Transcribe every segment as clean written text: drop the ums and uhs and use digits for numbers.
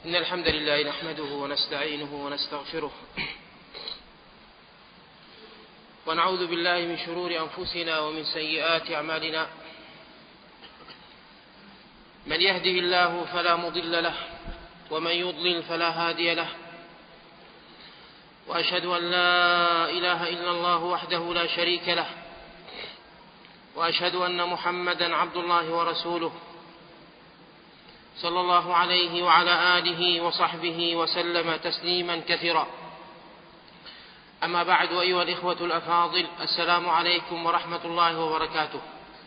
إن الحمد لله نحمده ونستعينه ونستغفره ونعوذ بالله من شرور أنفسنا ومن سيئات أعمالنا. من يهده الله فلا مضل له ومن يضلل فلا هادي له، وأشهد أن لا إله إلا الله وحده لا شريك له، وأشهد أن محمدا عبد الله ورسوله صلى الله عليه وعلى آله وصحبه وسلم تسليما كثيرا. أما بعد، أيها الإخوة الأفاضل، السلام عليكم ورحمة الله وبركاته.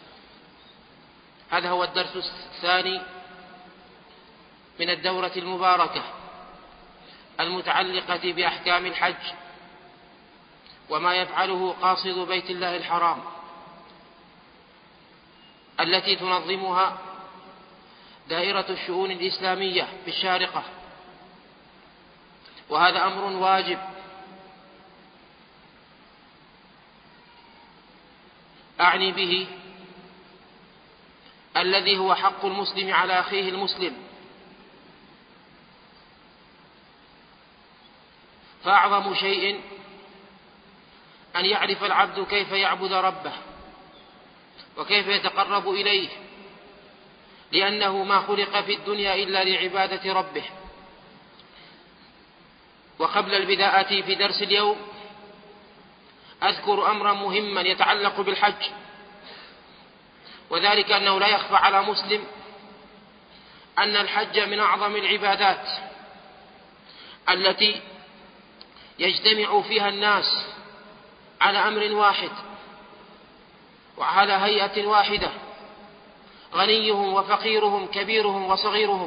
هذا هو الدرس الثاني من الدورة المباركة المتعلقة بأحكام الحج وما يفعله قاصد بيت الله الحرام، التي تنظمها دائرة الشؤون الإسلامية بالشارقة. وهذا أمر واجب أعني به الذي هو حق المسلم على أخيه المسلم، فأعظم شيء أن يعرف العبد كيف يعبد ربه وكيف يتقرب إليه، لأنه ما خلق في الدنيا إلا لعبادة ربه. وقبل البداءة في درس اليوم أذكر أمرا مهما يتعلق بالحج، وذلك أنه لا يخفى على مسلم أن الحج من أعظم العبادات التي يجتمع فيها الناس على أمر واحد وعلى هيئة واحدة، غنيهم وفقيرهم، كبيرهم وصغيرهم.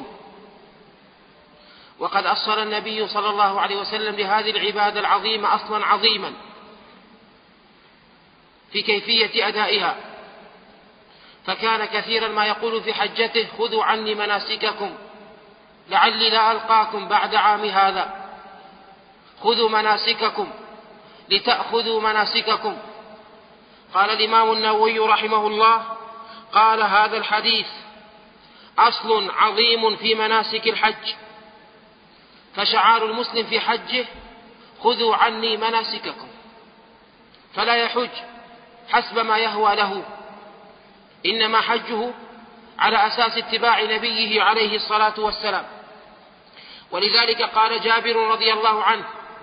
وقد أصل النبي صلى الله عليه وسلم لهذه العبادة العظيمة أصلا عظيما في كيفية أدائها، فكان كثيرا ما يقول في حجته: خذوا عني مناسككم لعلي لا ألقاكم بعد عام هذا، خذوا مناسككم لتأخذوا مناسككم. قال الإمام النووي رحمه الله: قال هذا الحديث أصل عظيم في مناسك الحج، فشعار المسلم في حجه: خذوا عني مناسككم، فلا يحج حسب ما يهوى له، إنما حجه على أساس اتباع نبيه عليه الصلاة والسلام. ولذلك قال جابر رضي الله عنه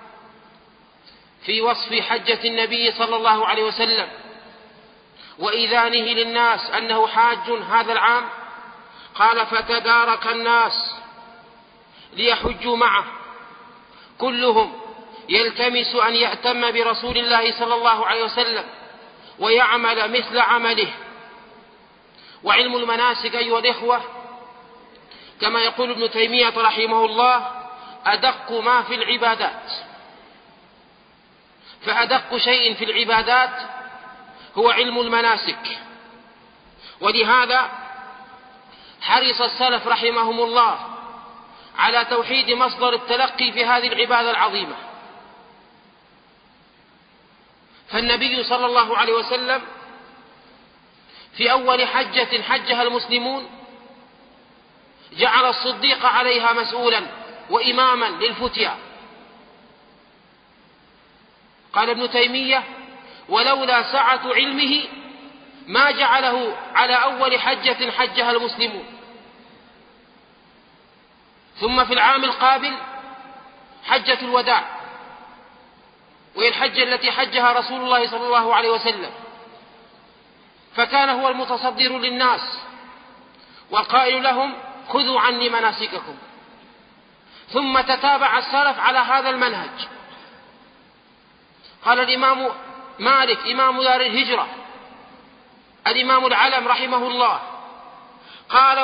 في وصف حجة النبي صلى الله عليه وسلم وإذانه للناس أنه حاج هذا العام، قال: فتدارك الناس ليحجوا معه، كلهم يلتمس أن يأتم برسول الله صلى الله عليه وسلم ويعمل مثل عمله. وعلم المناسك أيها الإخوة، كما يقول ابن تيمية رحمه الله، أدق ما في العبادات، فأدق شيء في العبادات هو علم المناسك. ولهذا حرص السلف رحمهم الله على توحيد مصدر التلقي في هذه العبادة العظيمة. فالنبي صلى الله عليه وسلم في أول حجة حجها المسلمون جعل الصديق عليها مسؤولا وإماما للفتيا. قال ابن تيمية: ولولا سعة علمه ما جعله على أول حجة حجها المسلمون. ثم في العام القابل حجة الوداع، وهي الحجة التي حجها رسول الله صلى الله عليه وسلم، فكان هو المتصدر للناس والقائل لهم: خذوا عني مناسككم. ثم تتابع السلف على هذا المنهج. قال الإمام مالك إمام دار الهجرة الإمام العلم رحمه الله، قال: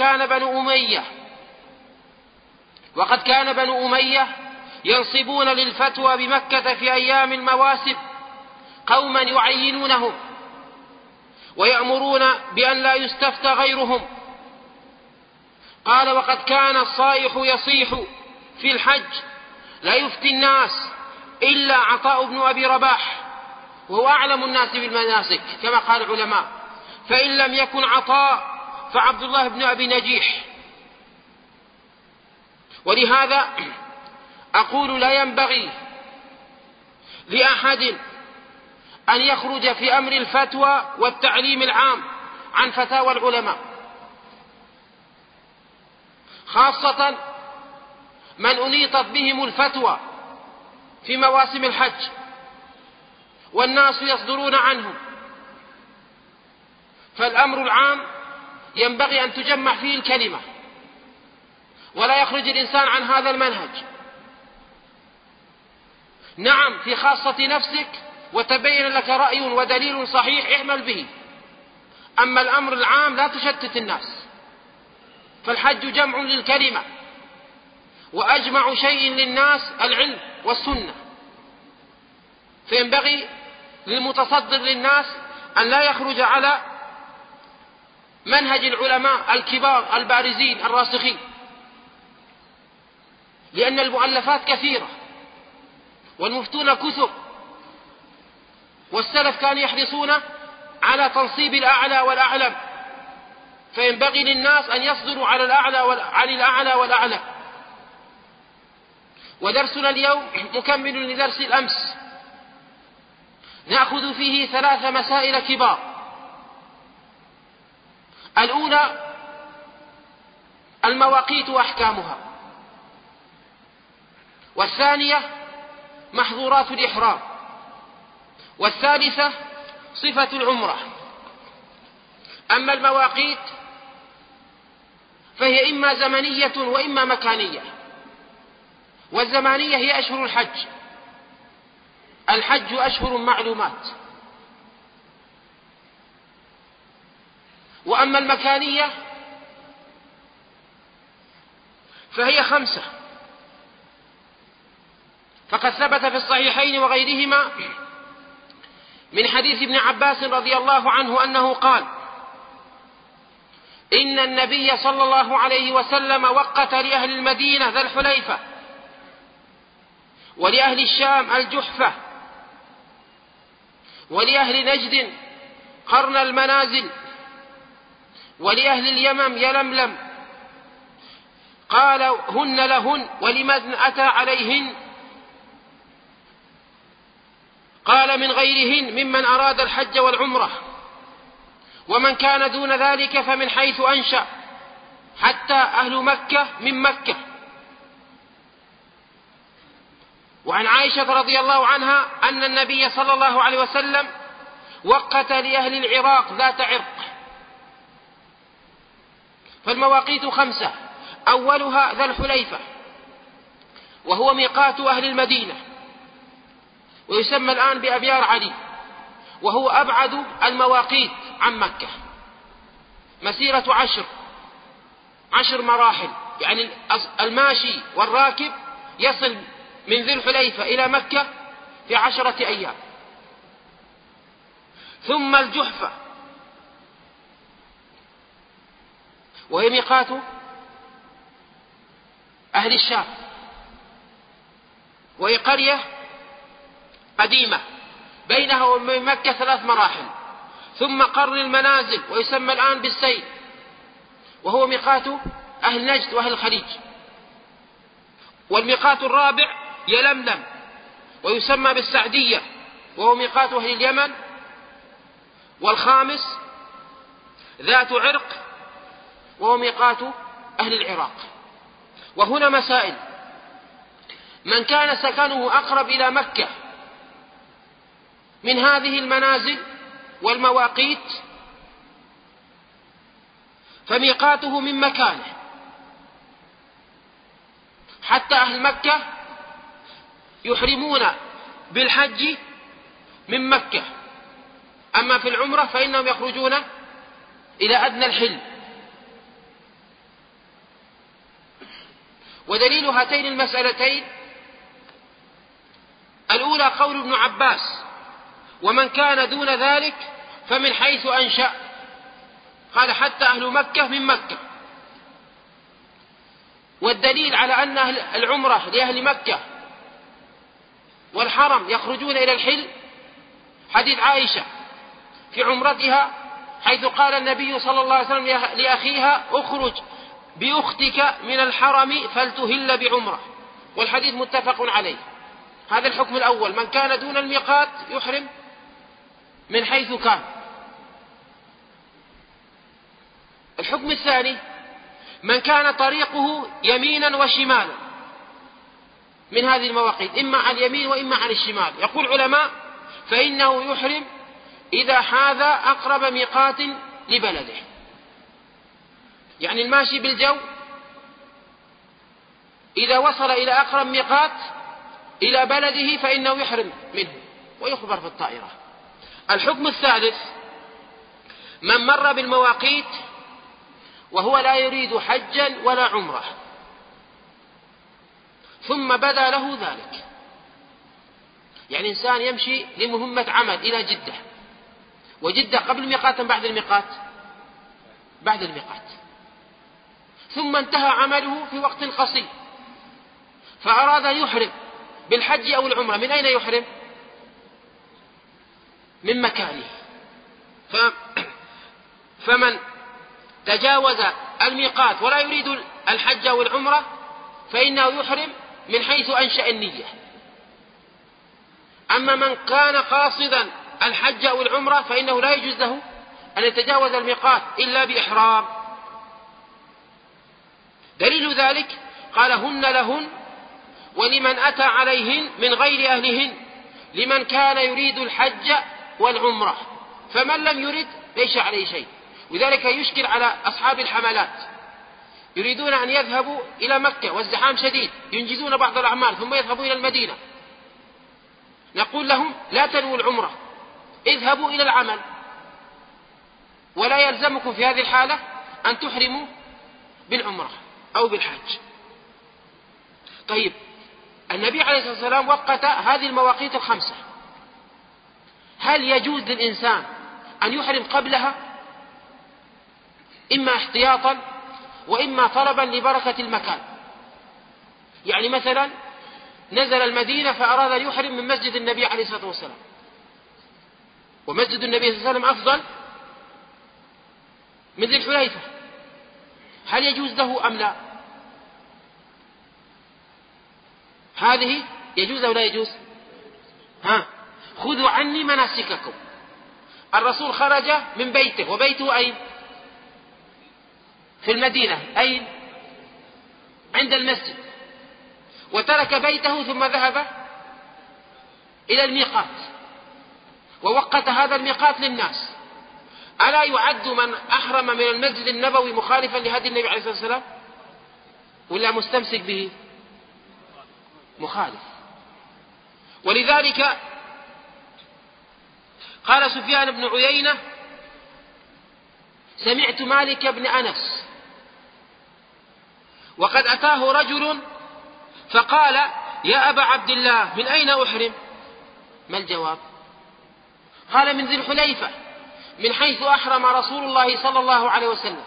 وقد كان بنو أمية ينصبون للفتوى بمكة في أيام المواسم قوما يعينونهم ويأمرون بأن لا يستفتى غيرهم. قال: وقد كان الصائح يصيح في الحج: لا يفتي الناس إلا عطاء بن أبي رباح، وهو أعلم الناس بالمناسك كما قال العلماء، فإن لم يكن عطاء فعبد الله بن أبي نجيح. ولهذا أقول لا ينبغي لأحد أن يخرج في أمر الفتوى والتعليم العام عن فتاوى العلماء، خاصة من أنيطت بهم الفتوى في مواسم الحج والناس يصدرون عنهم، فالأمر العام ينبغي أن تجمع فيه الكلمة ولا يخرج الإنسان عن هذا المنهج. نعم في خاصة نفسك وتبين لك رأي ودليل صحيح اعمل به، أما الأمر العام لا تشتت الناس، فالحج جمع للكلمة وأجمع شيء للناس العلم والسنة، فينبغي للمتصدر للناس أن لا يخرج على منهج العلماء الكبار البارزين الراسخين، لأن المؤلفات كثيرة والمفتون كثر، والسلف كانوا يحرصون على تنصيب الأعلى والأعلم، فينبغي للناس أن يصدروا على الأعلى والأعلى. ودرسنا اليوم مكمل لدرس الأمس، نأخذ فيه 3 مسائل كبار. الأولى المواقيت وأحكامها، والثانية محظورات الإحرام، والثالثة صفة العمرة. أما المواقيت فهي إما زمنية وإما مكانية، والزمانية هي أشهر الحج، الحج أشهر معلومات. وأما المكانية فهي 5، فقد ثبت في الصحيحين وغيرهما من حديث ابن عباس رضي الله عنه أنه قال: إن النبي صلى الله عليه وسلم وقت لأهل المدينة ذا الحليفة، ولأهل الشام الجحفة، ولأهل نجد قرن المنازل، ولأهل اليمم يلملم، قال هن لهن ولمن أتى عليهن، قال من غيرهن ممن أراد الحج والعمرة، ومن كان دون ذلك فمن حيث أنشأ، حتى أهل مكة من مكة. وعن عائشة رضي الله عنها أن النبي صلى الله عليه وسلم وقت لأهل العراق ذات عرق. فالمواقيت 5، أولها ذا الحليفة، وهو ميقات أهل المدينة، ويسمى الآن بأبيار علي، وهو أبعد المواقيت عن مكة، مسيرة 10 مراحل، يعني الماشي والراكب يصل من ذي الحليفة إلى مكة في 10 أيام. ثم الجحفة، وهي ميقات أهل الشام، وهي قرية قديمة بينها وبين مكة 3 مراحل. ثم قرن المنازل، ويسمى الآن بالسيل، وهو ميقات أهل نجد وأهل الخليج. والميقات الرابع يلملم، ويسمى بالسعدية، وهو ميقات أهل اليمن. والخامس ذات عرق، وهو ميقات أهل العراق. وهنا مسائل: من كان سكنه أقرب إلى مكة من هذه المنازل والمواقيت فميقاته من مكانه، حتى أهل مكة يحرمون بالحج من مكة، أما في العمرة فإنهم يخرجون إلى أدنى الحل. ودليل هاتين المسألتين الأولى قول ابن عباس: ومن كان دون ذلك فمن حيث أنشأ، قال حتى أهل مكة من مكة. والدليل على أن أهل العمرة لأهل مكة والحرم يخرجون إلى الحل حديث عائشة في عمرتها، حيث قال النبي صلى الله عليه وسلم لأخيها: اخرج بأختك من الحرم فلتهل بعمرة، والحديث متفق عليه. هذا الحكم الأول، من كان دون الميقات يحرم من حيث كان. الحكم الثاني، من كان طريقه يمينا وشمالا من هذه المواقيت، إما عن اليمين وإما عن الشمال، يقول علماء فإنه يحرم إذا حاذ أقرب ميقات لبلده، يعني الماشي بالجو إذا وصل إلى أقرب ميقات إلى بلده فإنه يحرم منه ويخبر في الطائرة. الحكم الثالث، من مر بالمواقيت وهو لا يريد حجا ولا عمره ثم بدا له ذلك، يعني إنسان يمشي لمهمة عمل إلى جدة، وجدة قبل الميقات أم بعد الميقات؟ بعد الميقات، ثم انتهى عمله في وقت قصير فأراد أن يحرم بالحج أو العمرة، من أين يحرم؟ من مكانه. فمن تجاوز الميقات ولا يريد الحج أو العمرة فإنه يحرم من حيث أنشأ النية. أما من كان قاصدا الحج أو العمرة فإنه لا يجوز له أن يتجاوز الميقات إلا بإحرام. دليل ذلك قال هن لهن ولمن أتى عليهن من غير أهلهن لمن كان يريد الحج والعمرة، فمن لم يرد ليس عليه شيء. وذلك يشكل على أصحاب الحملات، يريدون أن يذهبوا إلى مكة والزحام شديد، ينجزون بعض الأعمال ثم يذهبوا إلى المدينة، نقول لهم لا تنووا العمرة، اذهبوا إلى العمل، ولا يلزمكم في هذه الحالة أن تحرموا بالعمرة أو بالحج. طيب، النبي عليه الصلاة والسلام وقت هذه المواقيت الخمسة، هل يجوز للإنسان أن يحرم قبلها؟ إما احتياطا وإما طلبا لبركة المكان. يعني مثلا نزل المدينة فأراد أن يحرم من مسجد النبي عليه الصلاة والسلام، ومسجد النبي صلى الله عليه وسلم أفضل من ذي الحليفة، هل يجوز له أم لا؟ هذه يجوز أو لا يجوز؟ خذوا عني مناسككم. الرسول خرج من بيته، وبيته أين؟ في المدينة، أين؟ عند المسجد، وترك بيته ثم ذهب إلى الميقات ووقت هذا الميقات للناس. ألا يعد من أحرم من المسجد النبوي مخالفا لهدي النبي عليه الصلاة والسلام ولا مستمسك به؟ مخالف. ولذلك قال سفيان بن عيينة سمعت مالك بن أنس وقد أتاه رجل فقال يا أبا عبد الله من أين أحرم؟ ما الجواب؟ قال من ذي الحليفة، من حيث أحرم رسول الله صلى الله عليه وسلم.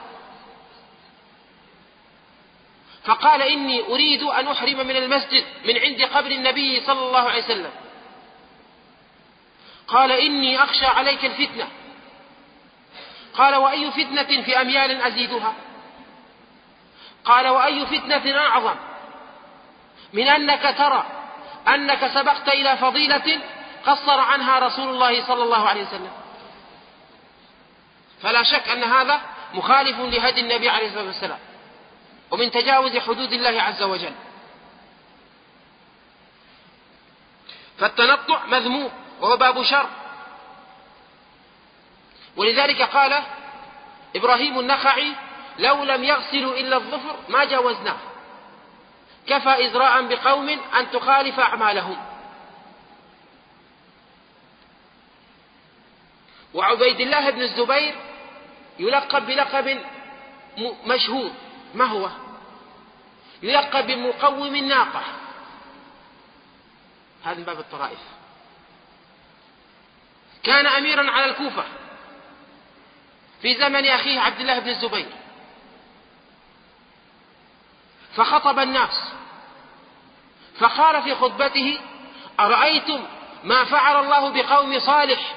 فقال إني أريد أن أحرم من المسجد من عند قبر النبي صلى الله عليه وسلم. قال إني أخشى عليك الفتنة. قال وأي فتنة في أميال أزيدها؟ قال وأي فتنة أعظم من أنك ترى أنك سبقت إلى فضيلة قصر عنها رسول الله صلى الله عليه وسلم. فلا شك أن هذا مخالف لهدي النبي عليه الصلاة والسلام ومن تجاوز حدود الله عز وجل. فالتنطع مذموم وهو باب شر. ولذلك قال إبراهيم النخعي لو لم يغسلوا إلا الظفر ما جاوزناه، كفى إزراء بقوم أن تخالف أعمالهم. وعبيد الله بن الزبير يلقب بلقب مشهور، ما هو؟ يلقب بمقوم الناقة، هذا من باب الطرائف. كان أميرا على الكوفة في زمن أخيه عبد الله بن الزبير، فخطب الناس فقال في خطبته أرأيتم ما فعل الله بقوم صالح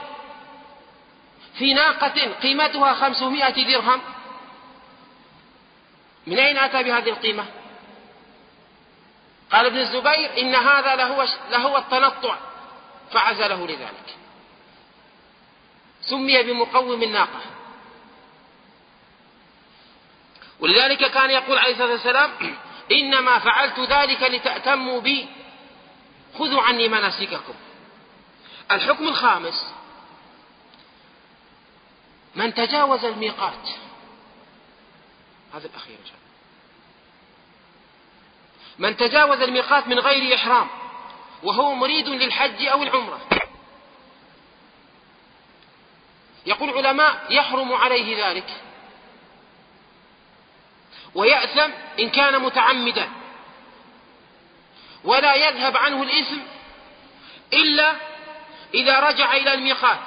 في ناقة قيمتها 500 درهم؟ من أين أتى بهذه القيمة؟ قال ابن الزبير إن هذا لهو التنطع فعزله لذلك، سمي بمقوم الناقة. ولذلك كان يقول عليه الصلاة والسلام إنما فعلت ذلك لتأتموا بي خذوا عني مناسككم. الحكم الخامس من تجاوز الميقات، هذا الأخير إن شاء الله، من تجاوز الميقات من غير إحرام وهو مريد للحج أو العمرة، يقول العلماء يحرم عليه ذلك ويأثم إن كان متعمدا، ولا يذهب عنه الإثم إلا إذا رجع إلى الميقات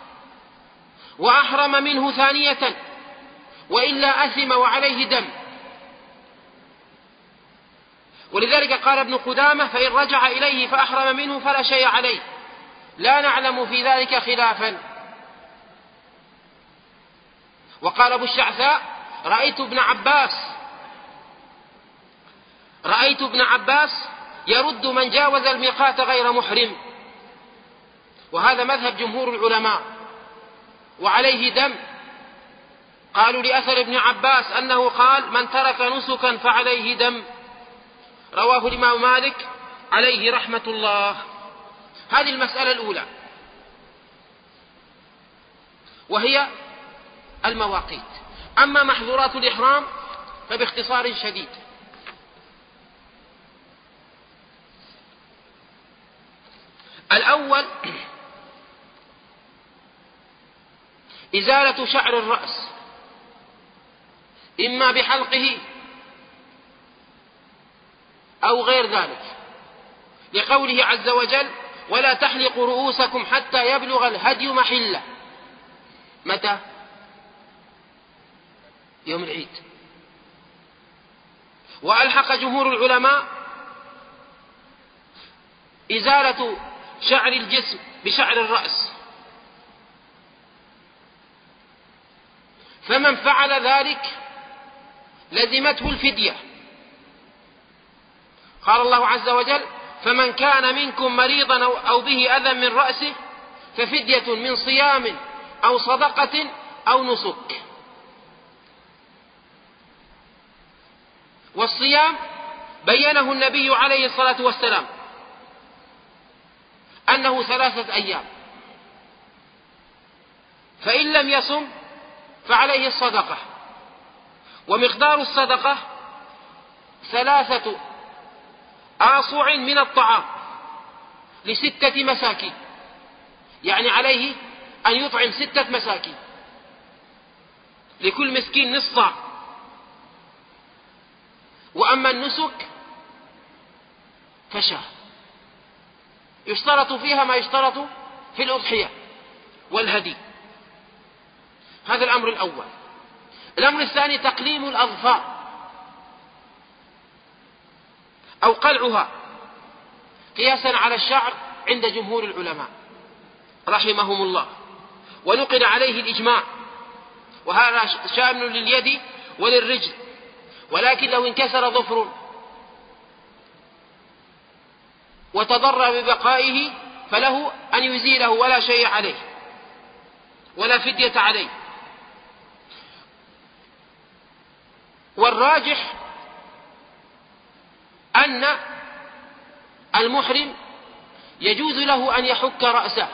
وأحرم منه ثانية، وإلا أثم وعليه دم. ولذلك قال ابن قدامة فإن رجع إليه فأحرم منه فلا شيء عليه، لا نعلم في ذلك خلافا. وقال أبو الشعثاء رأيت ابن عباس يرد من جاوز الميقات غير محرم، وهذا مذهب جمهور العلماء، وعليه دم. قالوا لأثر ابن عباس أنه قال من ترك نسكا فعليه دم، رواه الإمام مالك عليه رحمة الله. هذه المسألة الأولى، وهي المواقيت. أما محظورات الإحرام فباختصار شديد. الأول إزالة شعر الرأس، إما بحلقه أو غير ذلك، لقوله عز وجل ولا تحلقوا رؤوسكم حتى يبلغ الهدي محله. متى؟ يوم العيد. وألحق جمهور العلماء إزالة شعر الجسم بشعر الرأس، فمن فعل ذلك لزمته الفدية. قال الله عز وجل فمن كان منكم مريضا أو به أذى من رأسه ففدية من صيام أو صدقة أو نسك. والصيام بينه النبي عليه الصلاة والسلام أنه 3 أيام، فإن لم يصم فعليه الصدقة، ومقدار الصدقة 3 آصع من الطعام ل6 مساكين، يعني عليه أن يطعم 6 مساكين، لكل مسكين نصف صاع. وأما النسك فشاة يشترط فيها ما يشترط في الأضحية والهدي. هذا الأمر الأول. الأمر الثاني تقليم الأظفار أو قلعها قياسا على الشعر عند جمهور العلماء رحمهم الله، ونقل عليه الإجماع، وهذا شامل لليد وللرجل، ولكن لو انكسر ظفر وتضرر ببقائه فله أن يزيله ولا شيء عليه ولا فدية عليه. والراجح أن المحرم يجوز له أن يحك رأسه،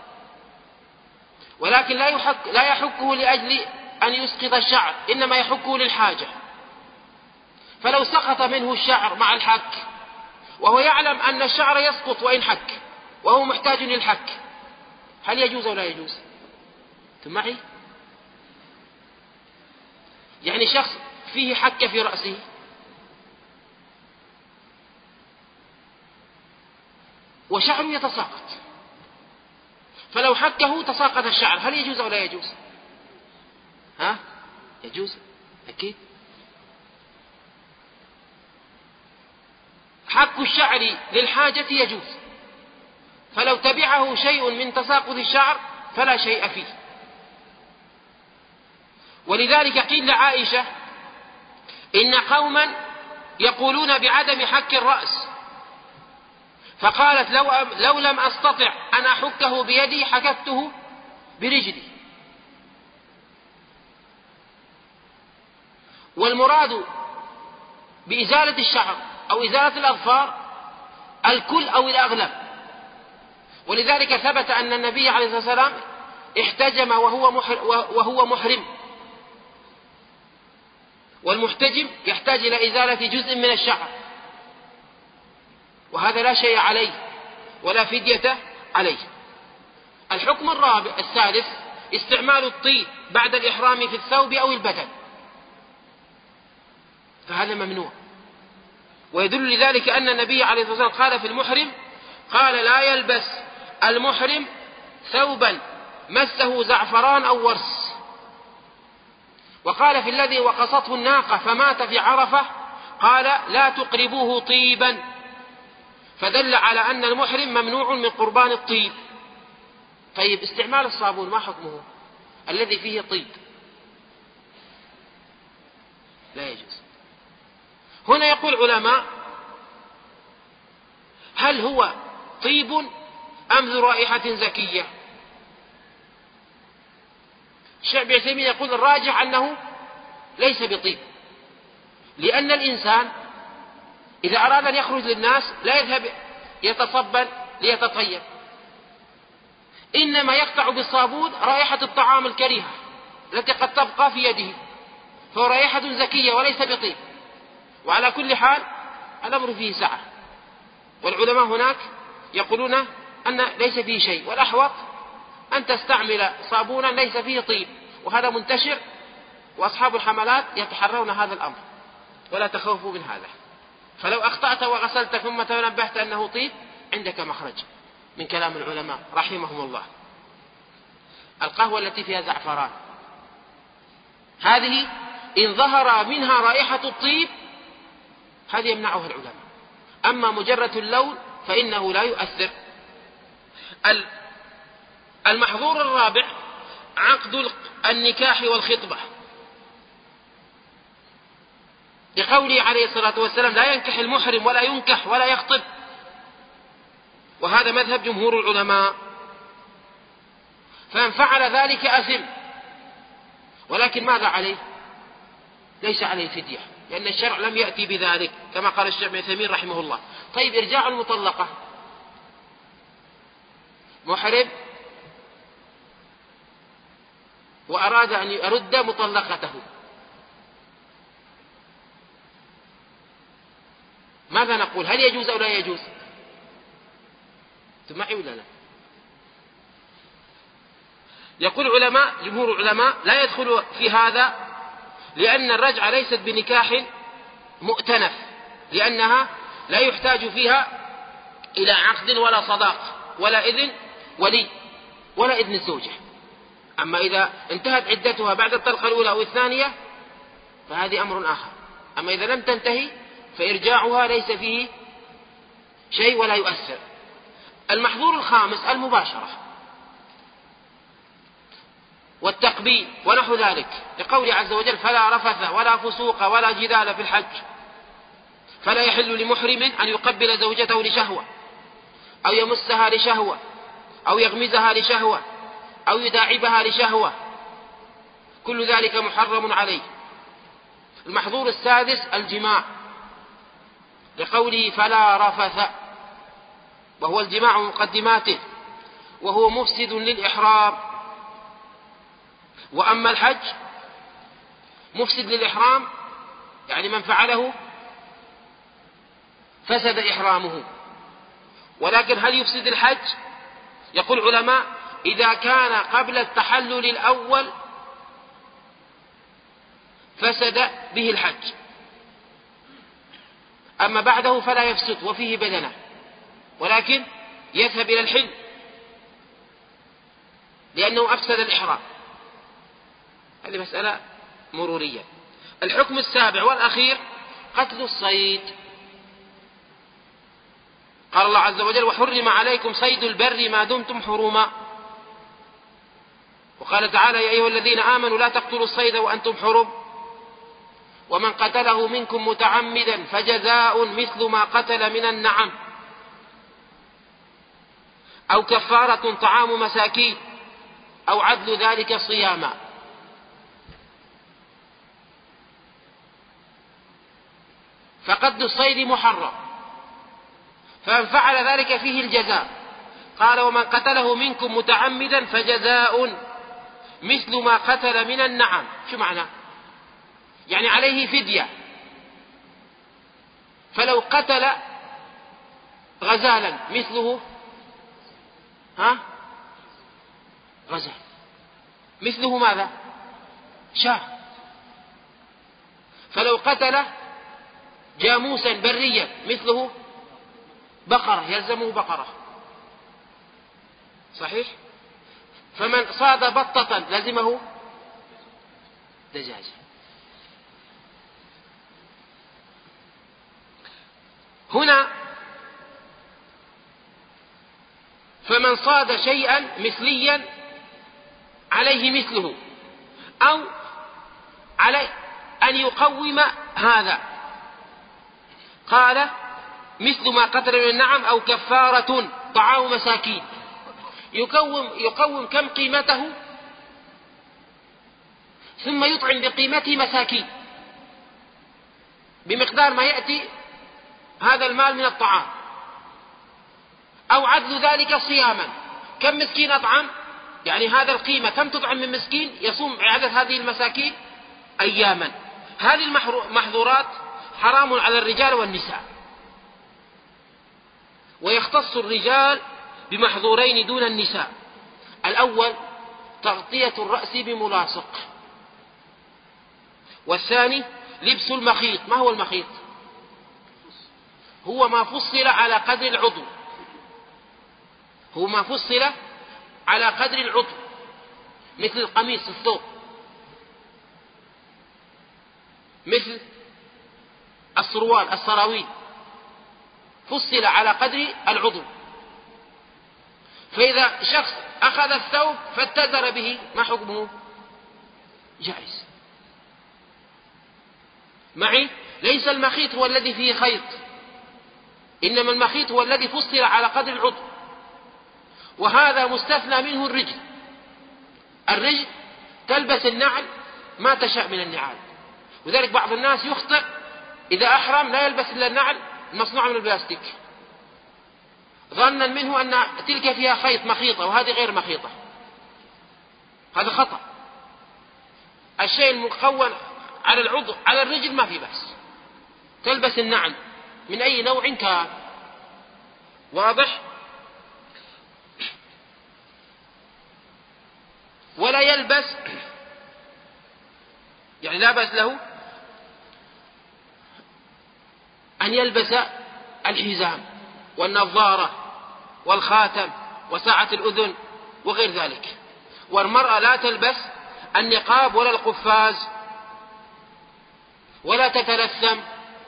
ولكن لا يحكه لأجل أن يسقط الشعر، إنما يحكه للحاجة. فلو سقط منه الشعر مع الحك وهو يعلم أن الشعر يسقط وإن حك وهو محتاج للحك، هل يجوز أو لا يجوز؟ أنتم معي؟ يعني شخص فيه حك في رأسه وشعره يتساقط، فلو حكه تساقط الشعر، هل يجوز أو لا يجوز؟ يجوز أكيد. حك الشعر للحاجة يجوز، فلو تبعه شيء من تساقط الشعر فلا شيء فيه. ولذلك قيل لعائشة إن قوما يقولون بعدم حك الرأس، فقالت لو لم أستطع أن أحكه بيدي حككته برجلي. والمراد بإزالة الشعر أو إزالة الأظفار الكل أو الأغلب، ولذلك ثبت أن النبي عليه الصلاة والسلام احتجم وهو محرم، والمحتجم يحتاج إلى إزالة جزء من الشعر، وهذا لا شيء عليه ولا فدية عليه. الحكم الثالث استعمال الطيب بعد الإحرام في الثوب أو البدن، فهذا ممنوع. ويدل لذلك أن النبي عليه الصلاة والسلام قال في المحرم، قال لا يلبس المحرم ثوبا مسه زعفران أو ورس. وقال في الذي وقصته الناقة فمات في عرفة، قال لا تقربوه طيبا، فدل على أن المحرم ممنوع من قربان الطيب. طيب استعمال الصابون ما حكمه الذي فيه طيب؟ لا يجوز. هنا يقول علماء هل هو طيب أم ذو رائحة زكية؟ الشيخ ابن عثيمين يقول الراجح أنه ليس بطيب، لأن الإنسان إذا أراد أن يخرج للناس لا يذهب يتصبن ليتطيب، إنما يقطع بالصابون رائحة الطعام الكريهة التي قد تبقى في يده، فهو رائحة زكية وليس بطيب. وعلى كل حال الأمر فيه سعة، والعلماء هناك يقولون أن ليس فيه شيء، والأحوط أن تستعمل صابونا ليس فيه طيب، وهذا منتشر، وأصحاب الحملات يتحرون هذا الأمر، ولا تخوفوا من هذا. فلو أخطأت وغسلت ثم تنبهت أنه طيب عندك مخرج من كلام العلماء رحمهم الله. القهوة التي فيها زعفران هذه إن ظهر منها رائحة الطيب هذه يمنعها العلماء، أما مجرد اللون فإنه لا يؤثر. المحظور الرابع عقد النكاح والخطبة، لقوله عليه الصلاة والسلام لا ينكح المحرم ولا ينكح ولا يخطب، وهذا مذهب جمهور العلماء، فمن فعل ذلك أثم، ولكن ماذا عليه؟ ليس عليه فدية، لأن الشرع لم يأتي بذلك كما قال الشيخ ابن عثيمين رحمه الله. طيب إرجاع المطلقة، محرم وأراد أن يرد مطلقته، ماذا نقول؟ هل يجوز أو لا يجوز؟ معي ولا لا؟ يقول علماء جمهور العلماء لا يدخل في هذا، لأن الرجعة ليست بنكاح مؤتنف، لأنها لا يحتاج فيها إلى عقد ولا صداق ولا إذن ولي ولا إذن الزوجة. أما إذا انتهت عدتها بعد الطلقة الأولى أو الثانية فهذه أمر آخر. أما إذا لم تنتهي فإرجاعها ليس فيه شيء ولا يؤثر. المحظور الخامس المباشرة والتقبيل ونحو ذلك، لقوله عز وجل فلا رفث ولا فسوق ولا جدال في الحج، فلا يحل لمحرم أن يقبل زوجته لشهوة أو يمسها لشهوة أو يغمزها لشهوة أو يداعبها لشهوة، كل ذلك محرم عليه. المحظور السادس الجماع، لقوله فلا رفث، وهو الجماع مقدماته، وهو مفسد للإحرام. وأما الحج مفسد للإحرام، يعني من فعله فسد إحرامه. ولكن هل يفسد الحج؟ يقول علماء إذا كان قبل التحلل الأول فسد به الحج، أما بعده فلا يفسد وفيه بدنة، ولكن يذهب إلى الحل لأنه أفسد الإحرام. هذه مسألة مرورية. الحكم السابع والأخير قتل الصيد. قال الله عز وجل وحرم عليكم صيد البر ما دمتم حرما. وقال تعالى يا أيها الذين آمنوا لا تقتلوا الصيد وأنتم حرم. ومن قتله منكم متعمدا فجزاء مثل ما قتل من النعم أو كفارة طعام مساكين أو عدل ذلك صياما. فقتل الصيد محرم، فمن فعل ذلك فيه الجزاء. قال ومن قتله منكم متعمدا فجزاء مثل ما قتل من النعم. شو معنى؟ يعني عليه فدية. فلو قتل غزالا مثله غزال مثله ماذا؟ شاة. فلو قتل جاموسا بريا مثله بقرة يلزمه بقرة، صحيح؟ فمن صاد بطة لزمه دجاجة. هنا فمن صاد شيئا مثليا عليه مثله، أو عليه أن يقوم هذا. قال مثل ما قتل من النعم أو كفارة طعام مساكين. يقوم كم قيمته ثم يطعم بقيمته مساكين بمقدار ما يأتي هذا المال من الطعام، أو عدل ذلك صياما. كم مسكين أطعم؟ يعني هذا القيمة كم تطعم من مسكين يصوم عدد هذه المساكين أياما. هذه المحظورات حرام على الرجال والنساء، ويختص الرجال بمحظورين دون النساء. الأول تغطية الرأس بملاصق، والثاني لبس المخيط. ما هو المخيط؟ هو ما فصل على قدر العضو، هو ما فصل على قدر العضو، مثل القميص، الثوب، مثل السروال، السراويل، فصل على قدر العضو. فإذا شخص أخذ الثوب فاتزر به ما حكمه؟ جائز. معي؟ ليس المخيط هو الذي فيه خيط، إنما المخيط هو الذي فصل على قدر العضو، وهذا مستثنى منه الرجل. الرجل تلبس النعل ما تشاء من النعال، وذلك بعض الناس يخطئ إذا أحرم لا يلبس إلا النعل المصنوعة من البلاستيك، ظنا منه أن تلك فيها خيط مخيطة وهذه غير مخيطة. هذا خطأ. الشيء المكون على العضو على الرجل ما في بأس، تلبس النعل من أي نوع كان. واضح؟ ولا يلبس، يعني لا بأس له أن يلبس الحزام والنظارة والخاتم وساعة الأذن وغير ذلك. والمرأة لا تلبس النقاب ولا القفاز ولا تتلثم،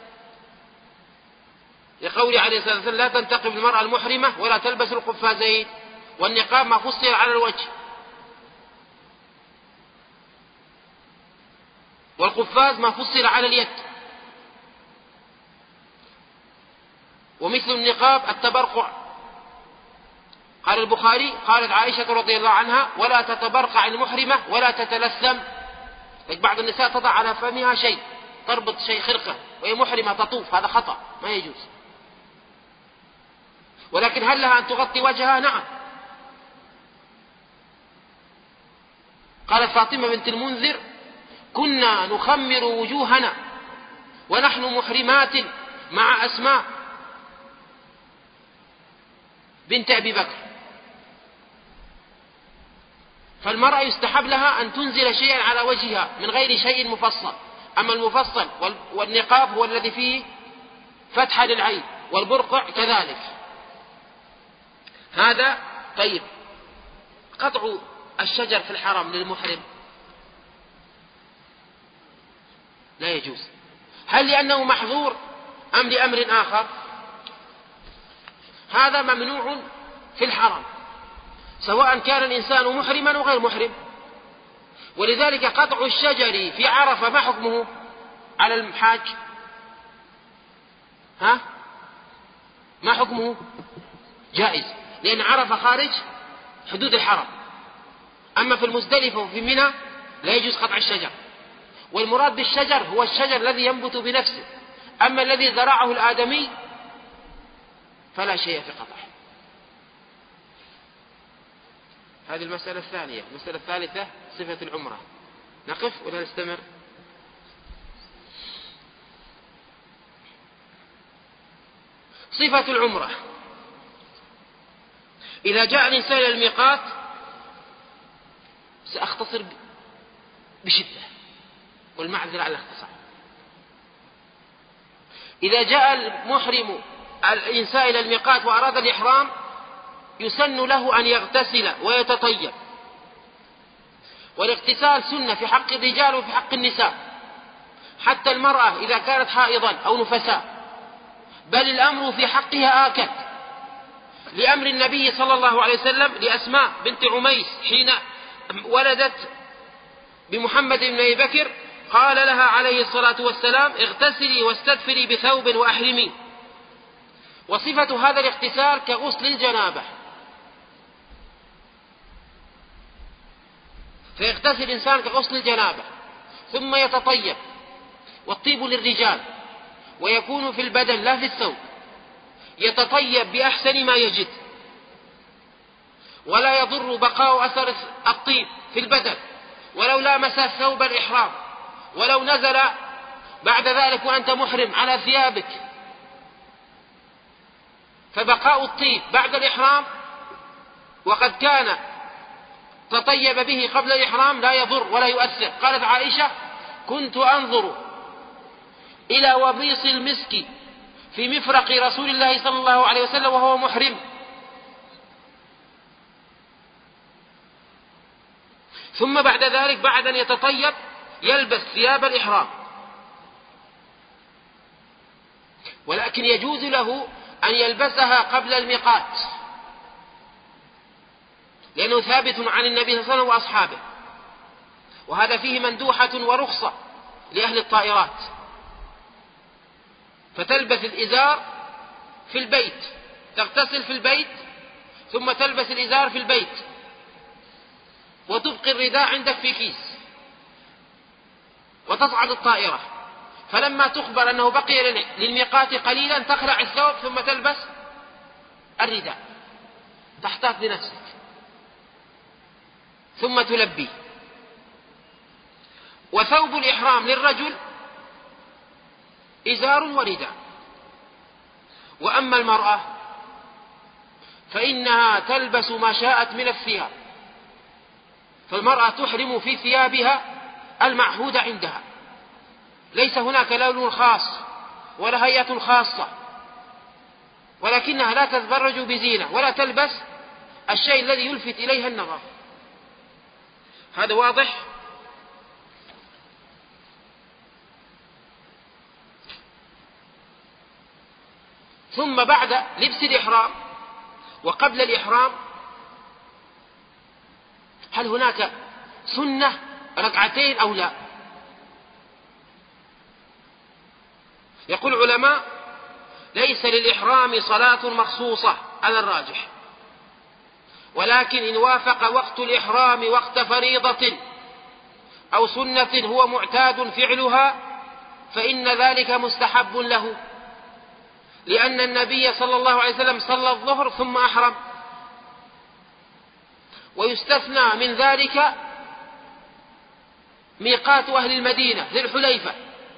لقول عليه الصلاة والسلام لا تنتقب المرأة المحرمة ولا تلبس القفازين. والنقاب ما فصل على الوجه، والقفاز ما فصل على اليد. ومثل النقاب التبرقع. قال البخاري قالت عائشة رضي الله عنها ولا تتبرقع المحرمة ولا تتلثم. بعض النساء تضع على فمها شيء، تربط شيء خرقة وهي محرمة تطوف، هذا خطأ ما يجوز. ولكن هل لها أن تغطي وجهها؟ نعم. قالت فاطمة بنت المنذر كنا نخمر وجوهنا ونحن محرمات مع أسماء بنت أبي بكر. فالمرأة يستحب لها أن تنزل شيئا على وجهها من غير شيء مفصل. أما المفصل والنقاب هو الذي فيه فتحة للعين، والبرقع كذلك. هذا طيب. قطع الشجر في الحرم للمحرم لا يجوز. هل لأنه محظور أم لأمر آخر؟ هذا ممنوع في الحرم سواء كان الإنسان محرما أو غير محرم. ولذلك قطع الشجر في عرفة ما حكمه؟ على الحاج؟ ها؟ ما حكمه؟ جائز، لأن عرفة خارج حدود الحرم. أما في المزدلفة وفي منى لا يجوز قطع الشجر، والمراد بالشجر هو الشجر الذي ينبت بنفسه، أما الذي زرعه الآدمي فلا شيء في قطعه. هذه المسألة الثانية. المسألة الثالثة صفة العمرة. نقف ولا نستمر؟ صفة العمرة: إذا جاء الإنسان إلى الميقات، سأختصر بشدة والمعذرة على الاختصار. إذا جاء المحرم الإنسان إلى الميقات وأراد الإحرام، يسن له أن يغتسل ويتطيب، والاغتسال سنة في حق الرجال وفي حق النساء، حتى المرأة إذا كانت حائضا أو نفساء، بل الأمر في حقها آكد، لأمر النبي صلى الله عليه وسلم لأسماء بنت عميس حين ولدت بمحمد بن أبي بكر، قال لها عليه الصلاة والسلام: اغتسلي واستدفري بثوب وأحرمي. وصفة هذا الاغتسال كغسل الجنابة، فيغتسل الإنسان كغسل الجنابة ثم يتطيب، والطيب للرجال ويكون في البدن لا في الثوب، يتطيب بأحسن ما يجد، ولا يضر بقاء أثر الطيب في البدن ولو لامس ثوب الإحرام، ولو نزل بعد ذلك وأنت محرم على ثيابك، فبقاء الطيب بعد الإحرام وقد كان تطيب به قبل الإحرام لا يضر ولا يؤثر. قالت عائشة: كنت أنظر إلى وبيص المسك في مفرق رسول الله صلى الله عليه وسلم وهو محرم. ثم بعد ذلك بعد أن يتطيب يلبس ثياب الإحرام، ولكن يجوز له أن يلبسها قبل الميقات، لأنه ثابت عن النبي صلى الله عليه وسلم وأصحابه، وهذا فيه مندوحة ورخصة لأهل الطائرات. فتلبس الإزار في البيت، تغتسل في البيت، ثم تلبس الإزار في البيت، وتبقي الرداء عندك في كيس، وتصعد الطائرة، فلما تخبر أنه بقي للميقات قليلا تخلع الثوب ثم تلبس الرداء، تحتاط لنفسك، ثم تلبي. وثوب الإحرام للرجل إزار ورداء، وأما المرأة فإنها تلبس ما شاءت من الثياب، فالمرأة تحرم في ثيابها المعهودة عندها، ليس هناك لون خاص ولا هيئة خاصة، ولكنها لا تتبرج بزينة ولا تلبس الشيء الذي يلفت إليها النظر. هذا واضح؟ ثم بعد لبس الإحرام وقبل الإحرام، هل هناك سنة ركعتين أو لا؟ يقول العلماء: ليس للإحرام صلاة مخصوصة على الراجح، ولكن إن وافق وقت الإحرام وقت فريضة أو سنة هو معتاد فعلها فإن ذلك مستحب له، لأن النبي صلى الله عليه وسلم صلى الظهر ثم أحرم. ويستثنى من ذلك ميقات أهل المدينة ذي الحليفة،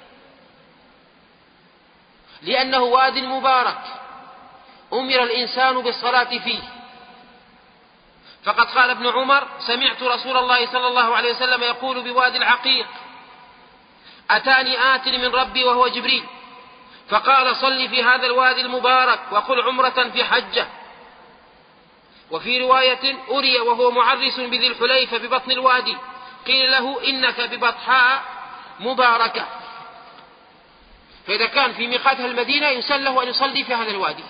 لأنه واد مبارك أمر الإنسان بالصلاة فيه، فقد قال ابن عمر: سمعت رسول الله صلى الله عليه وسلم يقول بوادي العقيق: أتاني آت من ربي وهو جبريل، فقال: صل في هذا الوادي المبارك وقل عمرة في حجة. وفي رواية: أري وهو معرس بذي الحليفة ببطن الوادي، قيل له: إنك ببطحاء مباركة. فإذا كان في ميقاتها المدينة يسن له أن يصلي في هذا الوادي.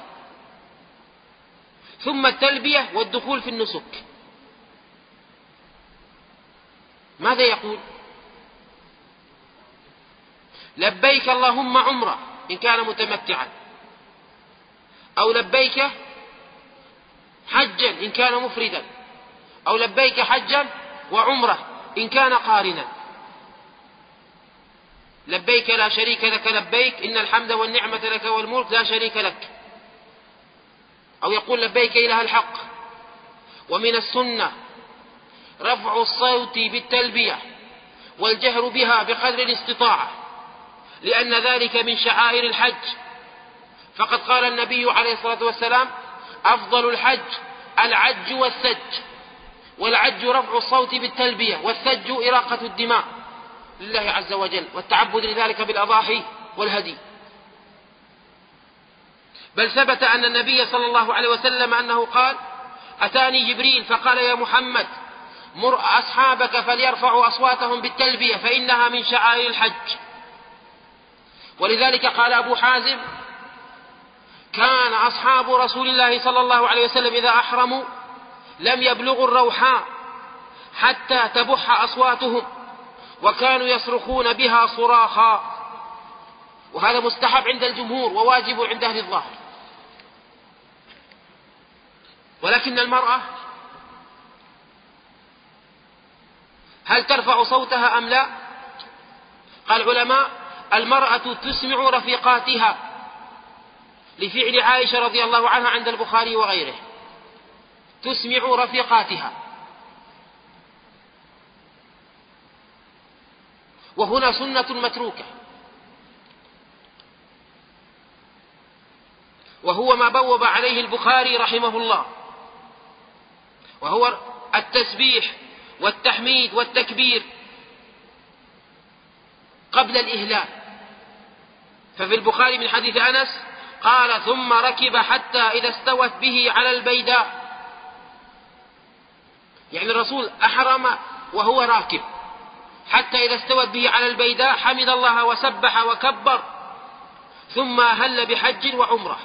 ثم التلبية والدخول في النسك. ماذا يقول؟ لبيك اللهم عمرة إن كان متمتعا، أو لبيك حجا إن كان مفردا، أو لبيك حجا وعمرة إن كان قارنا. لبيك لا شريك لك لبيك إن الحمد والنعمة لك والملك لا شريك لك، أو يقول لبيك إله الحق. ومن السنة رفع الصوت بالتلبية والجهر بها بقدر الاستطاعة، لأن ذلك من شعائر الحج، فقد قال النبي عليه الصلاة والسلام: أفضل الحج العج والسج. والعج رفع الصوت بالتلبية، والسج إراقة الدماء لله عز وجل، والتعبد لذلك بالأضاحي والهدي. بل ثبت أن النبي صلى الله عليه وسلم أنه قال: أتاني جبريل فقال: يا محمد مر أصحابك فليرفعوا أصواتهم بالتلبية فإنها من شعائر الحج. ولذلك قال أبو حازم: كان أصحاب رسول الله صلى الله عليه وسلم إذا أحرموا لم يبلغوا الروحاء حتى تبح أصواتهم، وكانوا يصرخون بها صراخا. وهذا مستحب عند الجمهور وواجب عند أهل الظاهر. ولكن المرأة هل ترفع صوتها أم لا؟ قال العلماء: المرأة تسمع رفيقاتها، لفعل عائشة رضي الله عنها عند البخاري وغيره، تسمع رفيقاتها. وهنا سنة متروكة، وهو ما بوب عليه البخاري رحمه الله، وهو التسبيح والتحميد والتكبير قبل الإهلال. ففي البخاري من حديث أنس قال: ثم ركب حتى إذا استوت به على البيداء، يعني الرسول أحرم وهو راكب، حتى إذا استوت به على البيداء حمد الله وسبح وكبر، ثم هل بحج وعمرة.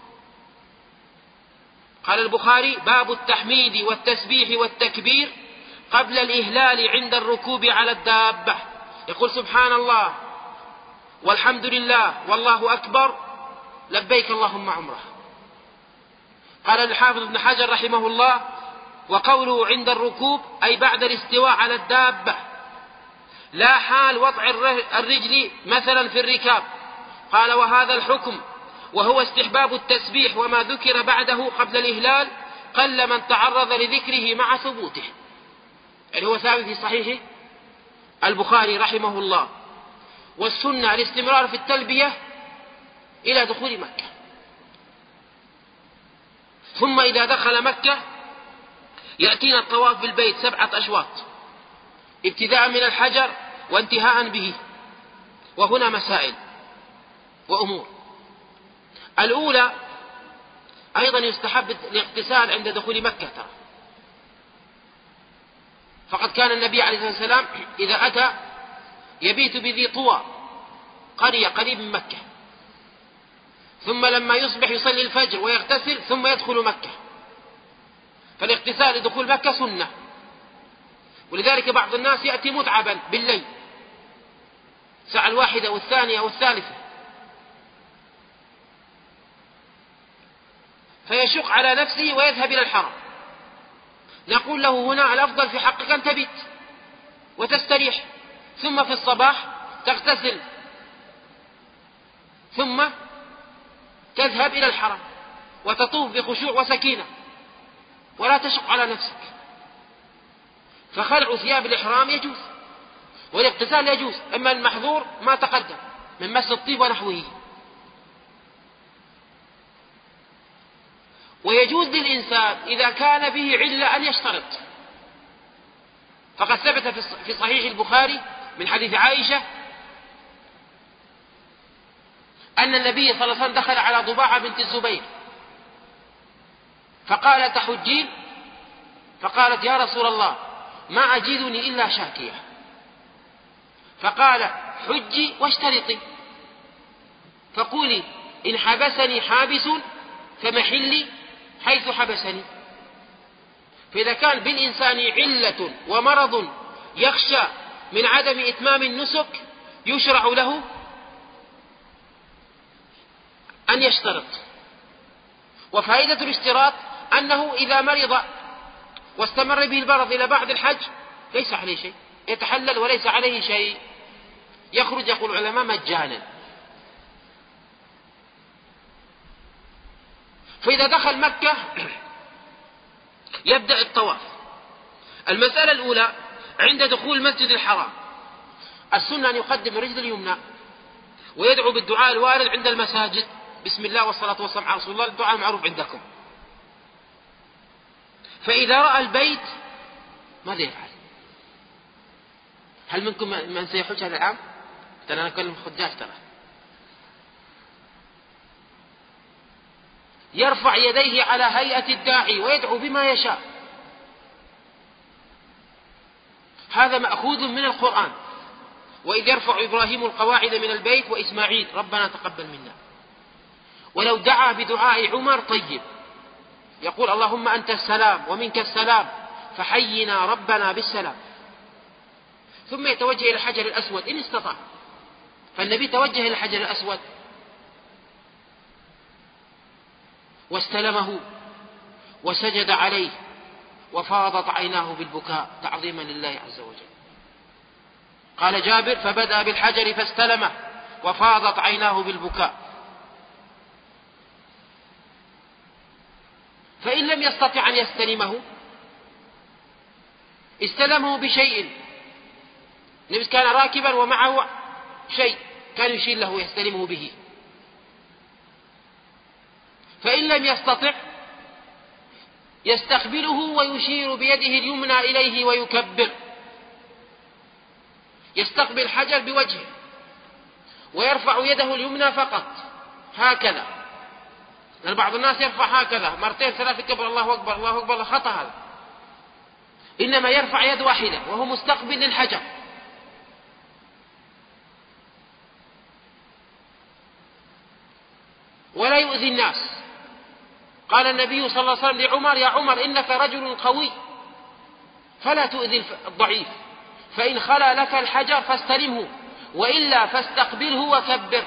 قال البخاري: باب التحميد والتسبيح والتكبير قبل الإهلال عند الركوب على الدابة. يقول: سبحان الله والحمد لله والله أكبر لبيك اللهم عمرة. قال الحافظ ابن حجر رحمه الله: وقوله عند الركوب أي بعد الاستواء على الدابة، لا حال وضع الرجل مثلا في الركاب. قال: وهذا الحكم وهو استحباب التسبيح وما ذكر بعده قبل الإهلال قل من تعرض لذكره مع ثبوته، يعني هو ثابت في صحيح البخاري رحمه الله. والسنة الاستمرار في التلبية إلى دخول مكة، ثم إذا دخل مكة يأتينا الطواف بالبيت 7 أشواط، ابتداء من الحجر وانتهاء به. وهنا مسائل وأمور. الأولى: أيضا يستحب الاغتسال عند دخول مكة، فقد كان النبي عليه الصلاة والسلام إذا أتى يبيت بذي طوى، قرية قريب من مكة، ثم لما يصبح يصلي الفجر ويغتسل ثم يدخل مكة. فالاغتسال لدخول مكة سنة. ولذلك بعض الناس يأتي متعبا بالليل، الساعة 1 أو 2 أو 3، فيشق على نفسه ويذهب إلى الحرم. نقول له: هنا الأفضل في حقك أن تبيت وتستريح، ثم في الصباح تغتسل، ثم تذهب إلى الحرم وتطوف بخشوع وسكينة، ولا تشق على نفسك. فخلع ثياب الإحرام يجوز، والاغتسال يجوز، أما المحظور ما تقدم من مس الطيب ونحوه. ويجوز للإنسان إذا كان به علة أن يشترط، فقد ثبت في صحيح البخاري من حديث عائشة أن النبي صلى الله عليه وسلم دخل على ضباعة بنت الزبير فقال: تحجين؟ فقالت: يا رسول الله ما أجدني إلا شاكية. فقال: حجي واشترطي، فقولي: إن حبسني حابس فمحلي حيث حبسني. فإذا كان بالإنسان علة ومرض يخشى من عدم إتمام النسك يشرع له أن يشترط. وفائدة الاشتراط أنه إذا مرض واستمر به المرض إلى بعد الحج ليس عليه شيء، يتحلل وليس عليه شيء، يخرج يقول العلماء مجانا. فإذا دخل مكة يبدأ الطواف. المسألة الأولى عند دخول المسجد الحرام السنة أن يقدم الرجل اليمنى ويدعو بالدعاء الوارد عند المساجد، بسم الله والصلاة والسلام على رسول الله، الدعاء المعروف عندكم. فإذا رأى البيت ماذا يفعل؟ هل منكم من سيحج هذا العام؟ ترى أنا أكلم خداج ترى. يرفع يديه على هيئة الداعي ويدعو بما يشاء. هذا مأخوذ من القرآن، وإذ يرفع إبراهيم القواعد من البيت وإسماعيل ربنا تقبل منا. ولو دعا بدعاء عمر طيب، يقول اللهم أنت السلام ومنك السلام فحينا ربنا بالسلام، ثم يتوجه إلى الحجر الأسود إن استطاع. فالنبي توجه إلى الحجر الأسود واستلمه وسجد عليه وفاضت عيناه بالبكاء تعظيما لله عز وجل. قال جابر فبدأ بالحجر فاستلمه وفاضت عيناه بالبكاء. فإن لم يستطع أن يستلمه استلمه بشيء. النبي كان راكبا ومعه شيء كان يشير له يستلمه به. فإن لم يستطع يستقبله ويشير بيده اليمنى إليه ويكبر، يستقبل الحجر بوجهه ويرفع يده اليمنى فقط هكذا. لأن بعض الناس يرفع هكذا مرتين ثلاث كبر الله أكبر الله أكبر، خطأ هذا. إنما يرفع يد واحدة وهو مستقبل للحجر. ولا يؤذي الناس. قال النبي صلى الله عليه وسلم لعمر يا عمر إنك رجل قوي فلا تؤذي الضعيف، فإن خلا لك الحجر فاستلمه وإلا فاستقبله وكبر.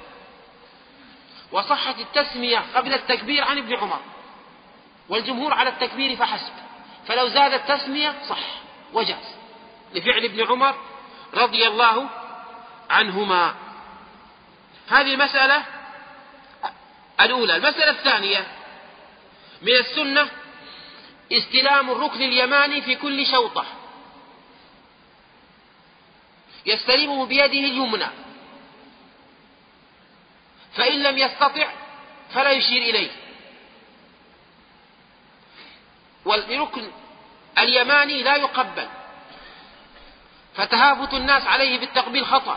وصحت التسمية قبل التكبير عن ابن عمر، والجمهور على التكبير فحسب، فلو زاد التسمية صح وجاز لفعل ابن عمر رضي الله عنهما. هذه المسألة الأولى. المسألة الثانية من السنة استلام الركن اليماني في كل شوطة، يستلمه بيده اليمنى، فإن لم يستطع فلا يشير إليه. والركن اليماني لا يقبل، فتهافت الناس عليه بالتقبيل خطأ.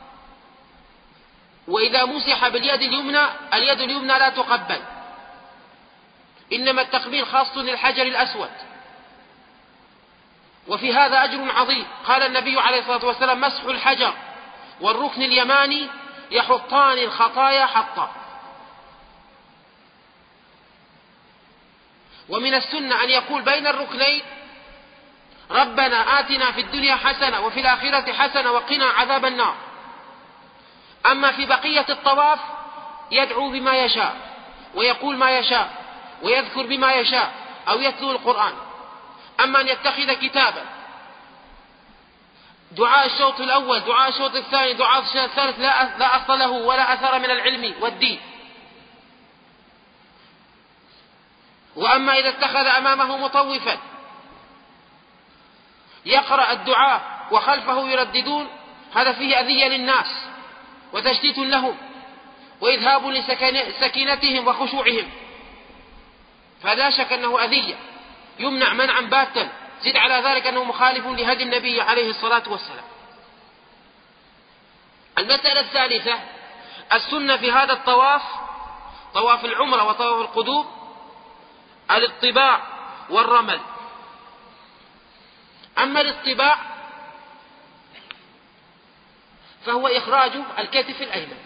وإذا مسح باليد اليمنى اليد اليمنى لا تقبل، إنما التقبيل خاص للحجر الأسود. وفي هذا أجر عظيم. قال النبي عليه الصلاة والسلام مسح الحجر والركن اليماني يحطان الخطايا حطا. ومن السنة أن يقول بين الركنين ربنا آتنا في الدنيا حسنة وفي الآخرة حسنة وقنا عذاب النار. أما في بقية الطواف يدعو بما يشاء ويقول ما يشاء ويذكر بما يشاء أو يتلو القرآن. أما أن يتخذ كتابا دعاء الشوط الأول دعاء الشوط الثاني دعاء الشوط الثالث لا أصل له ولا أثر من العلم والدين. وأما إذا اتخذ أمامه مطوفا يقرأ الدعاء وخلفه يرددون، هذا فيه أذية للناس وتشتيت لهم وإذهاب لسكينتهم وخشوعهم، فلا شك أنه أذية يمنع منعا باتا. زد على ذلك أنه مخالف لهدي النبي عليه الصلاة والسلام. المسألة الثالثة السنة في هذا الطواف، طواف العمرة وطواف القدوم، الاطباع والرمل. أما الاطباع فهو إخراج الكتف الأيمن،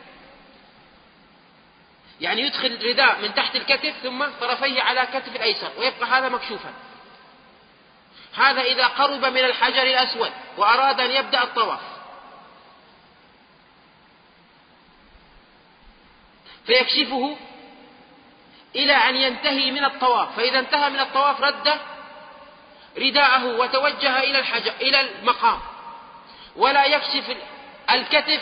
يعني يدخل الرداء من تحت الكتف ثم طرفيه على كتف الأيسر ويبقى هذا مكشوفا. هذا إذا قرب من الحجر الأسود وأراد أن يبدأ الطواف. فيكشفه إلى أن ينتهي من الطواف، فإذا انتهى من الطواف رد رداءه وتوجه إلى المقام، ولا يكشف الكتف.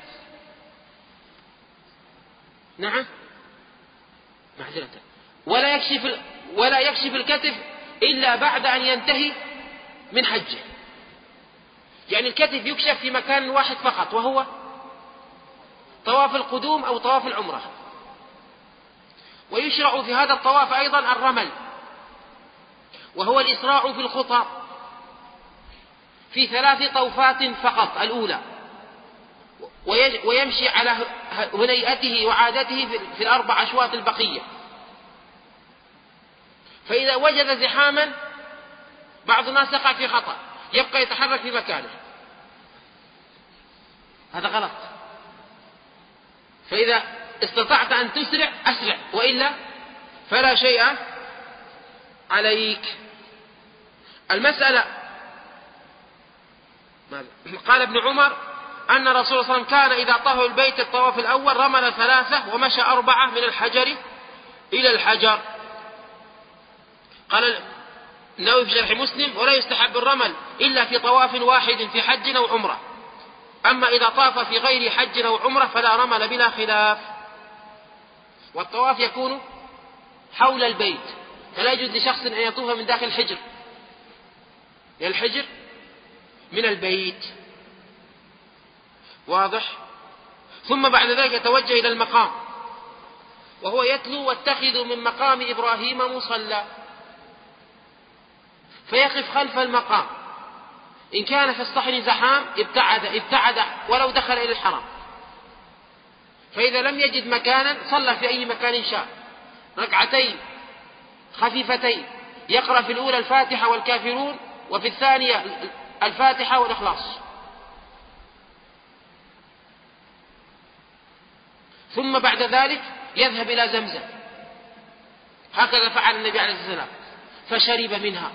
نعم، معذرة. ولا يكشف الكتف إلا بعد أن ينتهي من حجه. يعني الكتف يكشف في مكان واحد فقط، وهو طواف القدوم أو طواف العمرة. ويشرع في هذا الطواف أيضا الرمل، وهو الإسراع في الخطى في 3 طوفات فقط الأولى، ويمشي على هنيئته وعادته في 4 أشواط البقية. فإذا وجد زحاما، بعض الناس يقع في خطأ، يبقى يتحرك في مكانه، هذا غلط. فإذا استطعت أن تسرع أسرع، وإلا فلا شيء عليك. المسألة قال ابن عمر أن رسول الله صلى الله عليه وسلم كان إذا طاف البيت الطواف الأول رمل 3 ومشى 4 من الحجر إلى الحجر. قال النووي في شرح مسلم: ولا يستحب الرمل إلا في طواف واحد في حج أو عمرة، أما إذا طاف في غير حج أو عمرة فلا رمل بلا خلاف. والطواف يكون حول البيت، فلا يجوز لشخص أن يطوف من داخل الحجر، لأن الحجر من البيت. واضح؟ ثم بعد ذلك يتوجه إلى المقام، وهو يتلو: واتخذوا من مقام إبراهيم مصلى، فيقف خلف المقام. إن كان في الصحن زحام ابتعد ولو دخل إلى الحرم، فإذا لم يجد مكانا صلى في أي مكان شاء 2 ركعتين خفيفتين، يقرأ في الأولى الفاتحة والكافرون، وفي الثانية الفاتحة والإخلاص. ثم بعد ذلك يذهب إلى زمزم، هكذا فعل النبي عليه الصلاة والسلام، فشرب منها.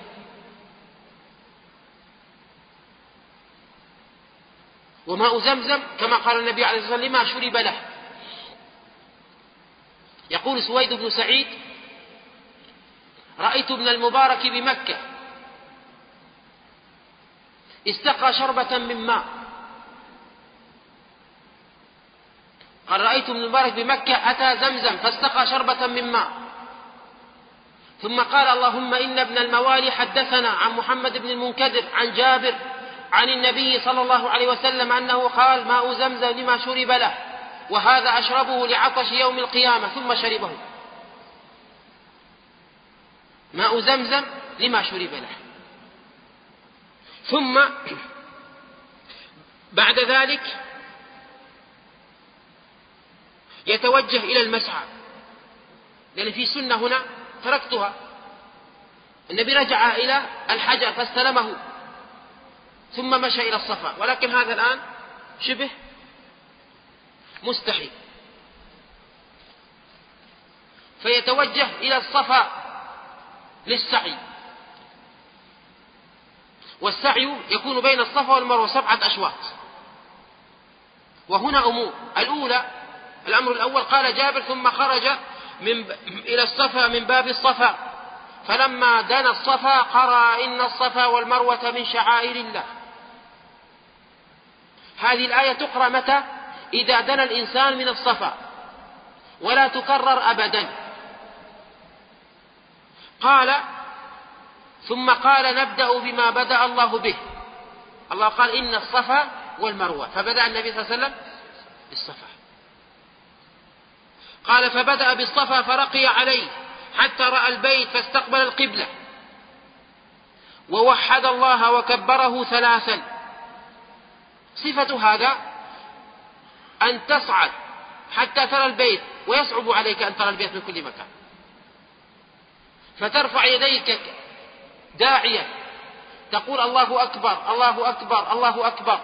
وماء زمزم كما قال النبي عليه الصلاة والسلام: لما شرب له. يقول سويد بن سعيد: رأيت ابن المبارك بمكة استقى شربة من ماء. قال: رأيت ابن المبارك بمكة أتى زمزم فاستقى شربة من ماء، ثم قال: اللهم إن ابن الموالي حدثنا عن محمد بن المنكدر عن جابر عن النبي صلى الله عليه وسلم أنه قال: ماء زمزم لما شرب له، وهذا أشربه لعطش يوم القيامة. ثم شربه. ماء زمزم لما شرب له. ثم بعد ذلك يتوجه إلى المسعى، لأن في سنة هنا تركتها. النبي رجع إلى الحجر فاستلمه ثم مشى إلى الصفا، ولكن هذا الآن شبه مستحيل. فيتوجه إلى الصفا للسعي، والسعي يكون بين الصفا والمروة 7 أشواط. وهنا أمور: الأمر الأول قال جابر: ثم خرج إلى الصفا من باب الصفا، فلما دنا الصفا قرأ: إن الصفا والمروة من شعائر الله. هذه الآية تقرأ متى؟ إذا دنا الإنسان من الصفا، ولا تكرر أبدا. ثم قال: نبدأ بما بدأ الله به. الله قال: إن الصفا والمروة، فبدأ النبي صلى الله عليه وسلم بالصفا. قال: فبدأ بالصفا فرقي عليه حتى رأى البيت فاستقبل القبلة، ووحد الله وكبره 3. صفة هذا أن تصعد حتى ترى البيت، ويصعب عليك أن ترى البيت من كل مكان، فترفع يديك داعية تقول: الله أكبر الله أكبر الله أكبر،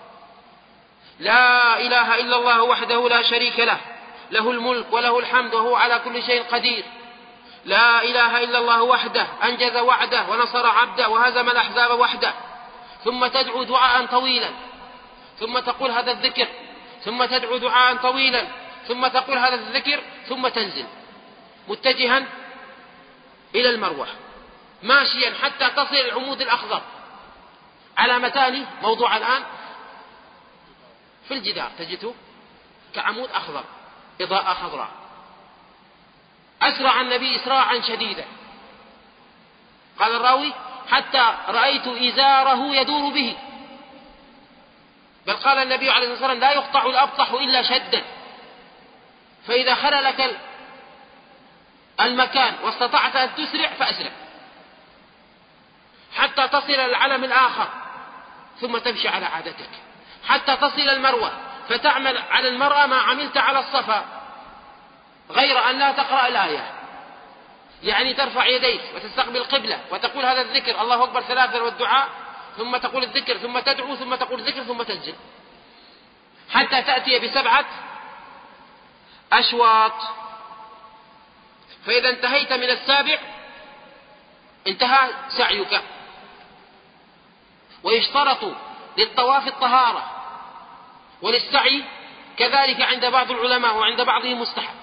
لا إله إلا الله وحده لا شريك له، له الملك وله الحمد وهو على كل شيء قدير، لا إله إلا الله وحده أنجز وعده ونصر عبده وهزم الأحزاب وحده. ثم تدعو دعاء طويلا، ثم تقول هذا الذكر، ثم تدعو دعاء طويلا، ثم تقول هذا الذكر ثم تنزل متجها إلى المروة ماشيا حتى تصل العمود الأخضر. علامتان موضوع الآن في الجدار تجده كعمود أخضر إضاءة خضراء. أسرع النبي إسراعا شديدا، قال الراوي حتى رأيت إزاره يدور به، بل قال النبي عليه الصلاة والسلام لا يقطع الأبطح إلا شدا، فإذا خلى لك المكان واستطعت أن تسرع فأسرع حتى تصل العلم الآخر ثم تمشي على عادتك حتى تصل المروة فتعمل على المرأة ما عملت على الصفا، غير أن لا تقرأ الآية، يعني ترفع يديك وتستقبل القبلة وتقول هذا الذكر الله أكبر ثلاثا والدعاء، ثم تقول الذكر ثم تدعو ثم تقول الذكر ثم تنزل حتى تأتي ب7 أشواط. فإذا انتهيت من ال7 انتهى سعيك. ويشترط للطواف الطهارة وللسعي كذلك عند بعض العلماء وعند بعضهم مستحب،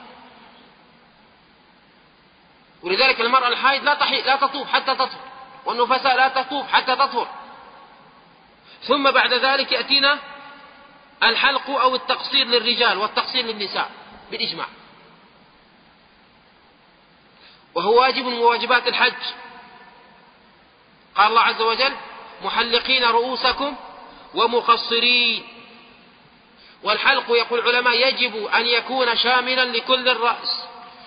ولذلك المرأة الحائض لا تطوف حتى تطهر، والنفساء لا تطوف حتى تطهر. ثم بعد ذلك يأتينا الحلق أو التقصير للرجال والتقصير للنساء بالإجماع، وهو واجب من واجبات الحج. قال الله عز وجل محلقين رؤوسكم ومقصرين. والحلق يقول العلماء يجب أن يكون شاملا لكل الرأس،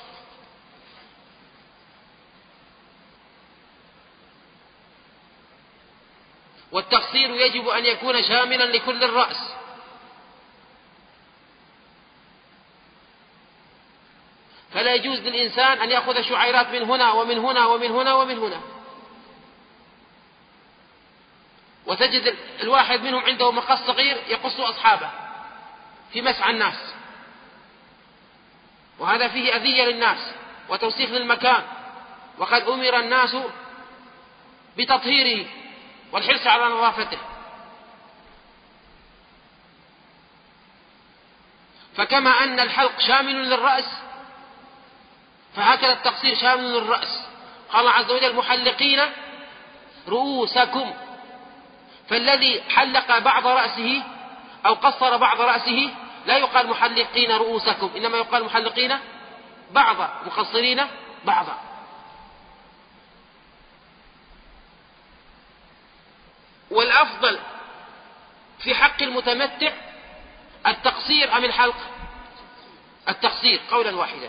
والتقصير يجب أن يكون شاملا لكل الرأس. فلا يجوز للإنسان أن يأخذ شعيرات من هنا ومن هنا ومن هنا ومن هنا، وتجد الواحد منهم عنده مقص صغير يقص أصحابه في مسعى الناس، وهذا فيه أذية للناس وتوسيخ للمكان، وقد أمر الناس بتطهيره والحرص على نظافته. فكما أن الحلق شامل للرأس فهكذا التقصير شامل للرأس. قال الله عز وجل محلقين رؤوسكم، فالذي حلق بعض رأسه أو قصر بعض رأسه لا يقال محلقين رؤوسكم، إنما يقال محلقين بعضا مقصرين بعضا. والأفضل في حق المتمتع التقصير أم الحلق؟ التقصير قولا واحدا،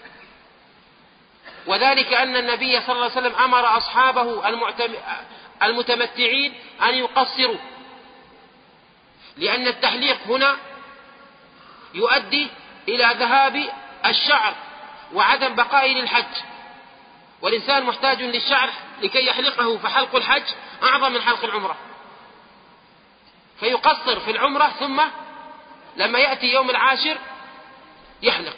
وذلك أن النبي صلى الله عليه وسلم أمر أصحابه المتمتعين أن يقصروا، لأن التحليق هنا يؤدي إلى ذهاب الشعر وعدم بقائه للحج، والإنسان محتاج للشعر لكي يحلقه، فحلق الحج أعظم من حلق العمرة، فيقصر في العمرة ثم لما يأتي يوم العاشر يحلق.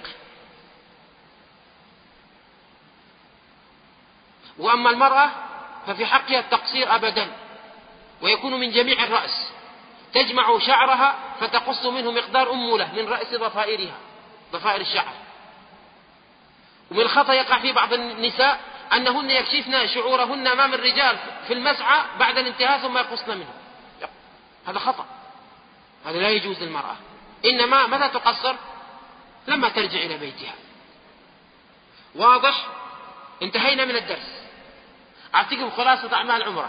وأما المرأة ففي حقها التقصير أبدا، ويكون من جميع الرأس، تجمع شعرها فتقص منه مقدار أمولة من رأس ضفائرها، ضفائر الشعر. ومن الخطأ يقع في بعض النساء أنهن يكشفن شعورهن أمام الرجال في المسعى بعد الانتهاء ثم يقصن منه، هذا خطأ، هذا لا يجوز للمرأة. إنما متى تقصر؟ لما ترجع إلى بيتها. واضح؟ انتهينا من الدرس. أعطيكم خلاصة أعمال العمرة.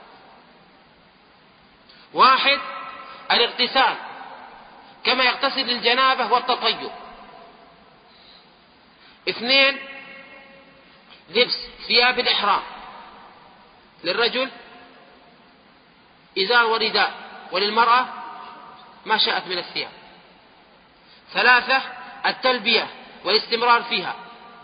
1 الاغتسال كما يغتسل للجنابة والتطيب. 2 لبس ثياب الإحرام، للرجل إزار ورداء، وللمرأة ما شاءت من الثياب. 3 التلبية والاستمرار فيها.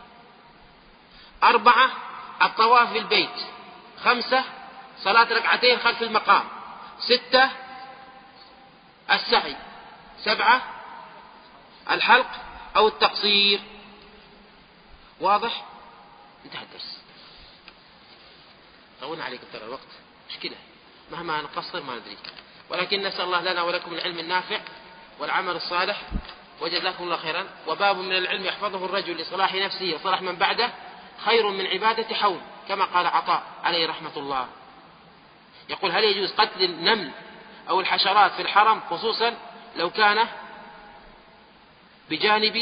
4 الطواف بالبيت. 5 صلاة ركعتين خلف المقام. 6 السعي. 7 الحلق أو التقصير. واضح؟ انتهى الدرس. طولنا عليكم ترى الوقت مشكلة، مهما نقصر ما ندري، ولكن نسأل الله لنا ولكم العلم النافع والعمل الصالح وجزاكم الله خيرا. وباب من العلم يحفظه الرجل لصلاح نفسه وصلاح من بعده خير من عبادة حول، كما قال عطاء عليه رحمة الله. يقول: هل يجوز قتل النمل أو الحشرات في الحرم، خصوصا لو كان بجانبي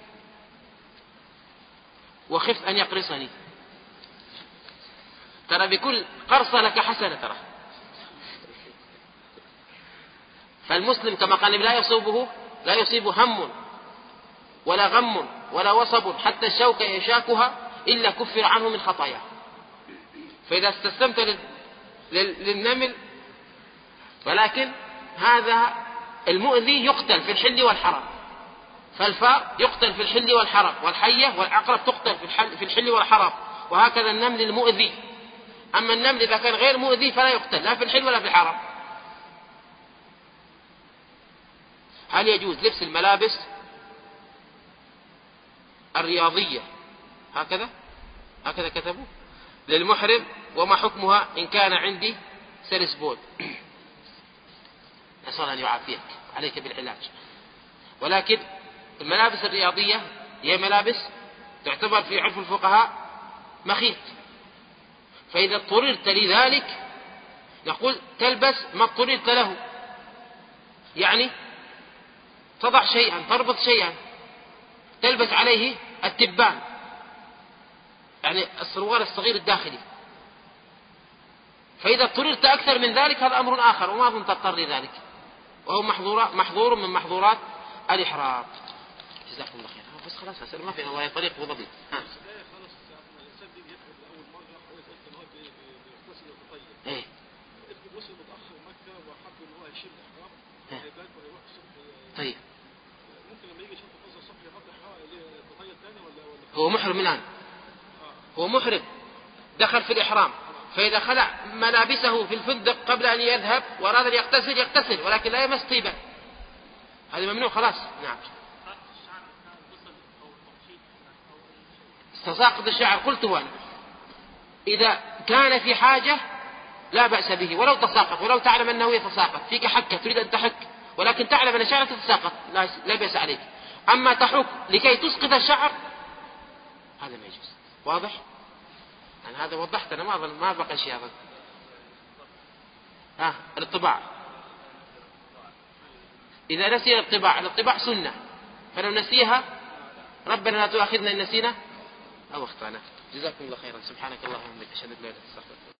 وخفت أن يقرصني؟ ترى بكل قرصة لك حسنة ترى. فالمسلم كما قال لا يصيبه هم ولا غم ولا وصب حتى الشوكة يشاكها إلا كفر عنه من خطاياه. فإذا استسلمت للنمل، ولكن هذا المؤذي يقتل في الحل والحرم، فالفار يقتل في الحل والحرم، والحية والعقرب تقتل في الحل والحرم، وهكذا النمل المؤذي. أما النمل إذا كان غير مؤذي فلا يقتل لا في الحل ولا في الحرم. هل يجوز لبس الملابس الرياضية هكذا كتبوا للمحرم، وما حكمها إن كان عندي سلسبول؟ نسأل أن يعافيك، عليك بالعلاج. ولكن الملابس الرياضية هي ملابس تعتبر في عرف الفقهاء مخيط، فإذا اضطررت لذلك نقول تلبس ما اضطررت له، يعني تضع شيئا، تربط شيئا، تلبس عليه التبان، يعني السروال الصغير الداخلي. فإذا اضطررت أكثر من ذلك هذا أمر آخر، وما أظن تضطر لذلك، وهو محظور من محظورات الإحرام. جزاكم الله خير. بس خلاص أسأل، ما في الله طريق وضبط. إيه. طيب. هو محرم الآن، هو محرم دخل في الإحرام، فإذا خلع ملابسه في الفندق قبل أن يذهب وأراد أن يغتسل، ولكن لا يمس طيبا، هذا ممنوع خلاص. نعم. تساقط الشعر قلته أنا، إذا كان في حاجة لا بأس به ولو تساقط، ولو تعلم أنه يتساقط، فيك حكة تريد أن تحك ولكن تعلم أن شعرك تتساقط لا بأس عليك. أما تحك لكي تسقط الشعر هذا ما يجوز. واضح؟ أنا هذا وضحت، أنا ما بقى شيء هذا. الطباع، إذا نسي الطباع سنة، فلو نسيها ربنا لا تؤاخذنا إن نسينا أو أخطأنا. جزاكم الله خيرا. سبحانك اللهم وبحمدك، أشهد أن لا إله إلا أنت، أستغفرك.